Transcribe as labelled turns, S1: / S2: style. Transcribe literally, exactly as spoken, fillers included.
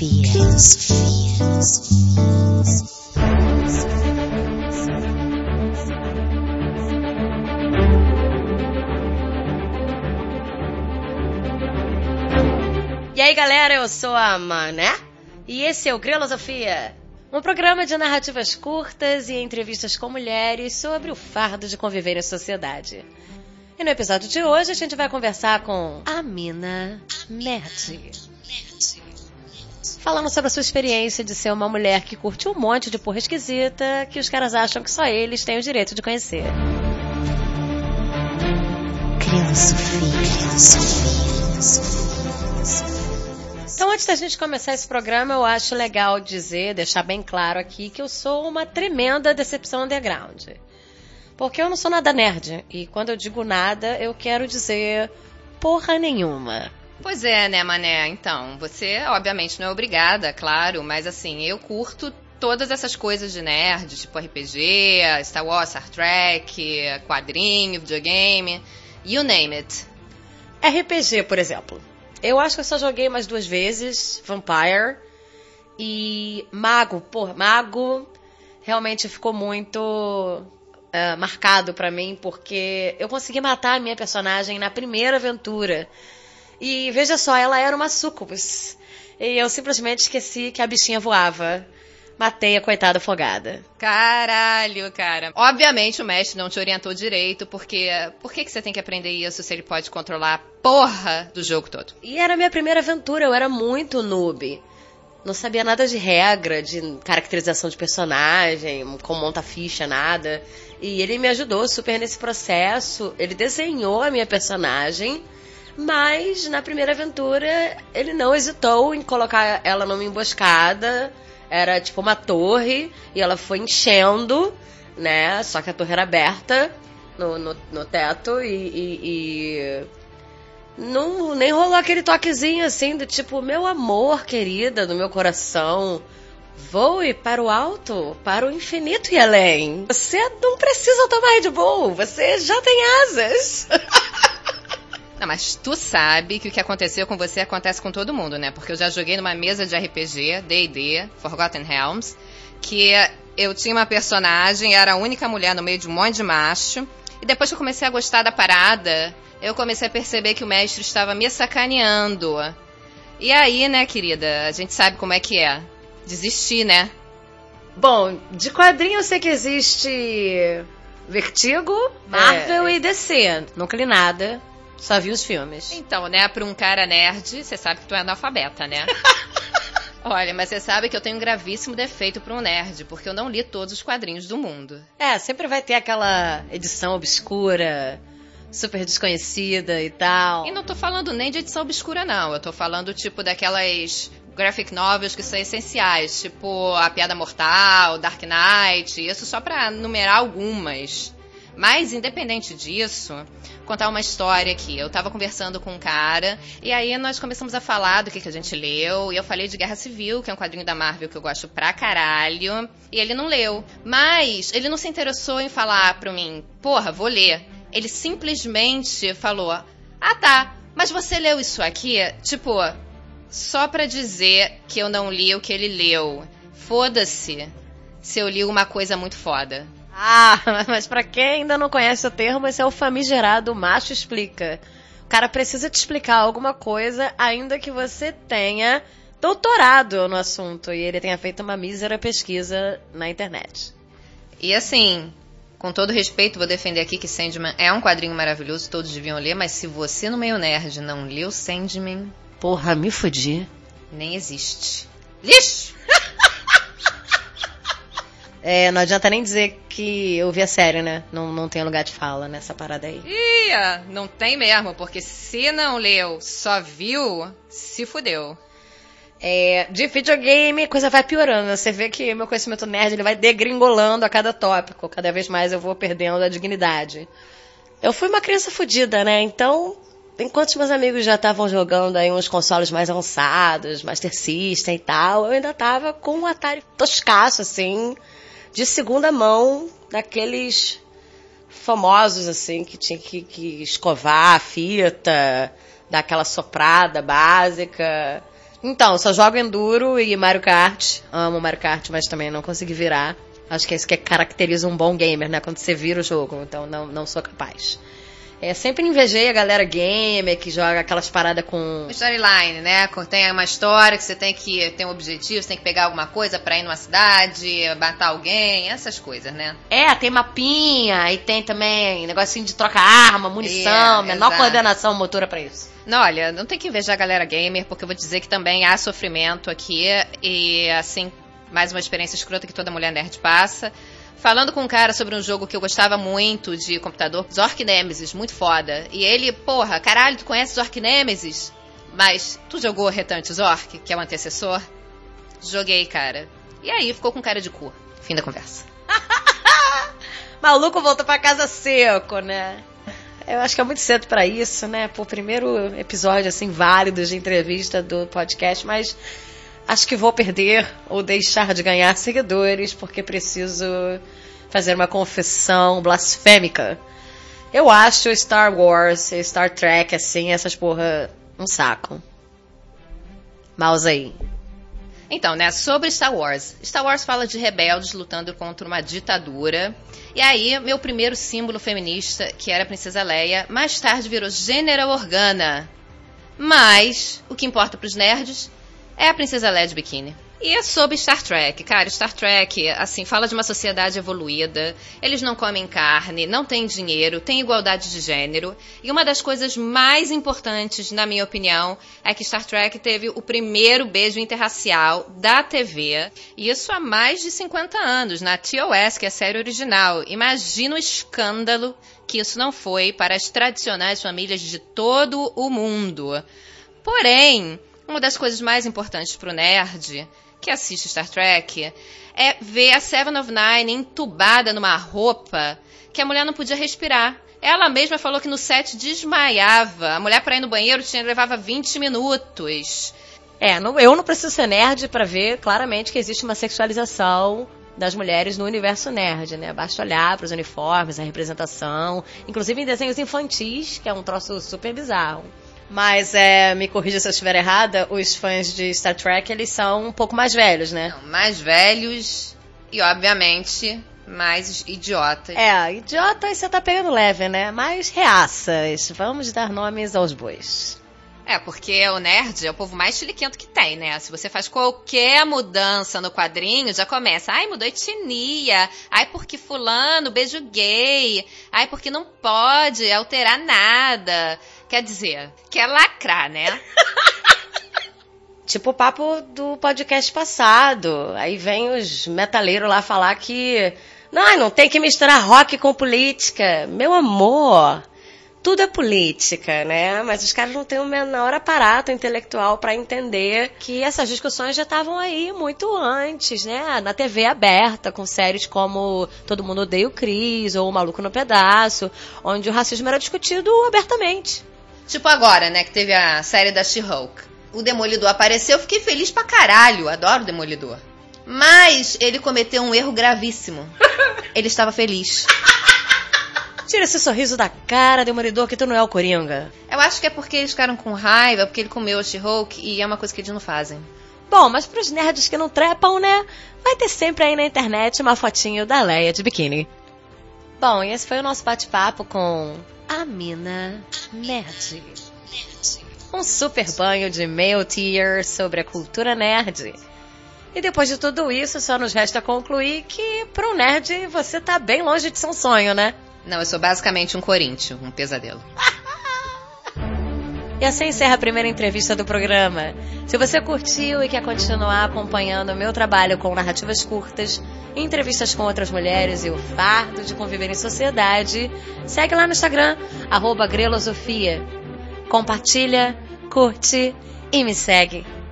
S1: Filosofia.
S2: E aí, galera, eu sou a Mané e esse é o Filosofia, um programa de narrativas curtas e entrevistas com mulheres sobre o fardo de conviver em sociedade. E no episódio de hoje a gente vai conversar com a Mina Nerd. Falando sobre a sua experiência de ser uma mulher que curte um monte de porra esquisita que os caras acham que só eles têm o direito de conhecer. Então, antes da gente começar esse programa, eu acho legal dizer, deixar bem claro aqui, que eu sou uma tremenda decepção underground. Porque eu não sou nada nerd. E quando eu digo nada, eu quero dizer porra nenhuma.
S3: Pois é, né, Mané? Então, você obviamente não é obrigada, claro, mas assim, eu curto todas essas coisas de nerd, tipo R P G, Star Wars, Star Trek, quadrinho, videogame, you name it.
S2: R P G, por exemplo. Eu acho que eu só joguei umas duas vezes Vampire e Mago. Porra, Mago realmente ficou muito uh, marcado pra mim, porque eu consegui matar a minha personagem na primeira aventura. E veja só, ela era uma sucubus. E eu simplesmente esqueci que a bichinha voava. Matei a coitada afogada.
S3: Caralho, cara. Obviamente o mestre não te orientou direito, porque por que, que você tem que aprender isso se ele pode controlar a porra do jogo todo?
S2: E era a minha primeira aventura, eu era muito noob. Não sabia nada de regra, de caracterização de personagem, como monta ficha, nada. E ele me ajudou super nesse processo. Ele desenhou a minha personagem, mas na primeira aventura ele não hesitou em colocar ela numa emboscada. Era tipo uma torre e ela foi enchendo, né? Só que a torre era aberta no, no, no teto e, e, e não, nem rolou aquele toquezinho assim do tipo, meu amor, querida, do meu coração, voe para o alto, para o infinito e além. Você não precisa tomar Red Bull, você já tem asas.
S3: Não, mas tu sabe que o que aconteceu com você acontece com todo mundo, né? Porque eu já joguei numa mesa de R P G, D e D, Forgotten Realms, que eu tinha uma personagem, era a única mulher no meio de um monte de macho, e depois que eu comecei a gostar da parada, eu comecei a perceber que o mestre estava me sacaneando. E aí, né, querida, a gente sabe como é que é. Desistir, né?
S2: Bom, de quadrinho eu sei que existe Vertigo, Marvel é... e D C. Nunca li nada. Só vi os filmes.
S3: Então, né, pra um cara nerd, você sabe que tu é analfabeta, né? Olha, mas você sabe que eu tenho um gravíssimo defeito pra um nerd, porque eu não li todos os quadrinhos do mundo.
S2: É, sempre vai ter aquela edição obscura, super desconhecida e tal.
S3: E não tô falando nem de edição obscura, não. Eu tô falando, tipo, daquelas graphic novels que são essenciais, tipo A Piada Mortal, Dark Knight, isso só pra numerar algumas. Mas, independente disso, contar uma história aqui. Eu tava conversando com um cara, e aí nós começamos a falar do que, que a gente leu, e eu falei de Guerra Civil, que é um quadrinho da Marvel que eu gosto pra caralho, e ele não leu. Mas ele não se interessou em falar pra mim, porra, vou ler. Ele simplesmente falou, ah tá, mas você leu isso aqui? Tipo, só pra dizer que eu não li o que ele leu. Foda-se se eu li uma coisa muito foda.
S2: Ah, mas pra quem ainda não conhece o termo, esse é o famigerado macho explica. O cara precisa te explicar alguma coisa, ainda que você tenha doutorado no assunto e ele tenha feito uma mísera pesquisa na internet.
S3: E assim, com todo respeito, vou defender aqui que Sandman é um quadrinho maravilhoso, todos deviam ler, mas se você no meio nerd não leu Sandman...
S2: Porra, me fodi.
S3: Nem existe. Lixo!
S2: É, não adianta nem dizer que eu vi a série, né? Não, não tem lugar de fala nessa parada aí.
S3: Ia, não tem mesmo, porque se não leu, só viu, se fudeu.
S2: É, de videogame, a coisa vai piorando. Você vê que meu conhecimento nerd ele vai degringolando a cada tópico. Cada vez mais eu vou perdendo a dignidade. Eu fui uma criança fodida, né? Então, enquanto meus amigos já estavam jogando aí uns consoles mais avançados, Master System e tal, eu ainda tava com um Atari toscaço, assim, de segunda mão, daqueles famosos, assim, que tinha que, que escovar a fita, dar aquela soprada básica. Então, só jogo Enduro e Mario Kart. Amo Mario Kart, mas também não consegui virar. Acho que é isso que caracteriza um bom gamer, né? Quando você vira o jogo. Então, não, não sou capaz. É, sempre invejei a galera gamer que joga aquelas paradas com...
S3: Storyline, né? Tem uma história que você tem que ter um objetivo, você tem que pegar alguma coisa pra ir numa cidade, matar alguém, essas coisas, né?
S2: É, tem mapinha e tem também negocinho de troca arma, munição,
S3: é,
S2: menor
S3: exato.
S2: coordenação motora pra isso.
S3: Não, olha, não tem que invejar a galera gamer, porque eu vou dizer que também há sofrimento aqui e, assim, mais uma experiência escrota que toda mulher nerd passa. Falando com um cara sobre um jogo que eu gostava muito de computador, Zork Nemesis, muito foda. E ele, porra, caralho, tu conhece Zork Nemesis? Mas tu jogou Return to Zork, que é o antecessor? Joguei, cara. E aí ficou com cara de cu. Fim da conversa.
S2: Maluco voltou pra casa seco, né? Eu acho que é muito cedo pra isso, né? Pô, primeiro episódio, assim, válido de entrevista do podcast, mas... Acho que vou perder ou deixar de ganhar seguidores porque preciso fazer uma confissão blasfêmica. Eu acho Star Wars, Star Trek, assim, essas porra, um saco. Mouse aí.
S3: Então, né, sobre Star Wars. Star Wars fala de rebeldes lutando contra uma ditadura. E aí, meu primeiro símbolo feminista, que era a Princesa Leia, mais tarde virou General Organa. Mas, o que importa pros nerds... é a Princesa Leia de biquíni. E é sobre Star Trek. Cara, Star Trek, assim, fala de uma sociedade evoluída. Eles não comem carne, não têm dinheiro, tem igualdade de gênero. E uma das coisas mais importantes, na minha opinião, é que Star Trek teve o primeiro beijo interracial da T V. E isso há mais de cinquenta anos, na T O S, que é a série original. Imagina o escândalo que isso não foi para as tradicionais famílias de todo o mundo. Porém... uma das coisas mais importantes pro nerd que assiste Star Trek é ver a Seven of Nine entubada numa roupa que a mulher não podia respirar. Ela mesma falou que no set desmaiava. A mulher para ir no banheiro tinha, levava vinte minutos.
S2: É, não, eu não preciso ser nerd pra ver claramente que existe uma sexualização das mulheres no universo nerd, né? Basta olhar pros uniformes, a representação, inclusive em desenhos infantis, que é um troço super bizarro. Mas, é, me corrija se eu estiver errada, os fãs de Star Trek, eles são um pouco mais velhos, né?
S3: Não, mais velhos e, obviamente, mais idiotas.
S2: É, idiotas você tá pegando leve, né? Mais reaças. Vamos dar nomes aos bois.
S3: É, porque o nerd é o povo mais chiliquento que tem, né? Se você faz qualquer mudança no quadrinho, já começa. Ai, mudou etnia. Ai, porque fulano, beijo gay. Ai, porque não pode alterar nada. Quer dizer, quer lacrar, né?
S2: Tipo o papo do podcast passado. Aí vem os metaleiros lá falar que... Não, não tem que misturar rock com política. Meu amor... tudo é política, né? Mas os caras não têm o menor aparato intelectual para entender que essas discussões já estavam aí muito antes, né? Na T V aberta, com séries como Todo Mundo Odeia o Chris ou O Maluco no Pedaço, onde o racismo era discutido abertamente.
S3: Tipo agora, né, que teve a série da She-Hulk. O Demolidor apareceu, eu fiquei feliz pra caralho, adoro o Demolidor. Mas ele cometeu um erro gravíssimo. Ele estava feliz.
S2: Tira esse sorriso da cara, Demolidor, que tu não é o Coringa.
S3: Eu acho que é porque eles ficaram com raiva, porque ele comeu a She-Hulk e é uma coisa que eles não fazem.
S2: Bom, mas pros nerds que não trepam, né, vai ter sempre aí na internet uma fotinho da Leia de biquíni. Bom, e esse foi o nosso bate-papo com a Mina Nerd. Um super banho de male tears sobre a cultura nerd. E depois de tudo isso, só nos resta concluir que para um nerd você tá bem longe de ser um sonho, né?
S3: Não, eu sou basicamente um coríntio, um pesadelo.
S2: E assim encerra a primeira entrevista do programa. Se você curtiu e quer continuar acompanhando o meu trabalho com narrativas curtas, entrevistas com outras mulheres e o fardo de conviver em sociedade, segue lá no Instagram, arroba grelosofia. Compartilha, curte e me segue.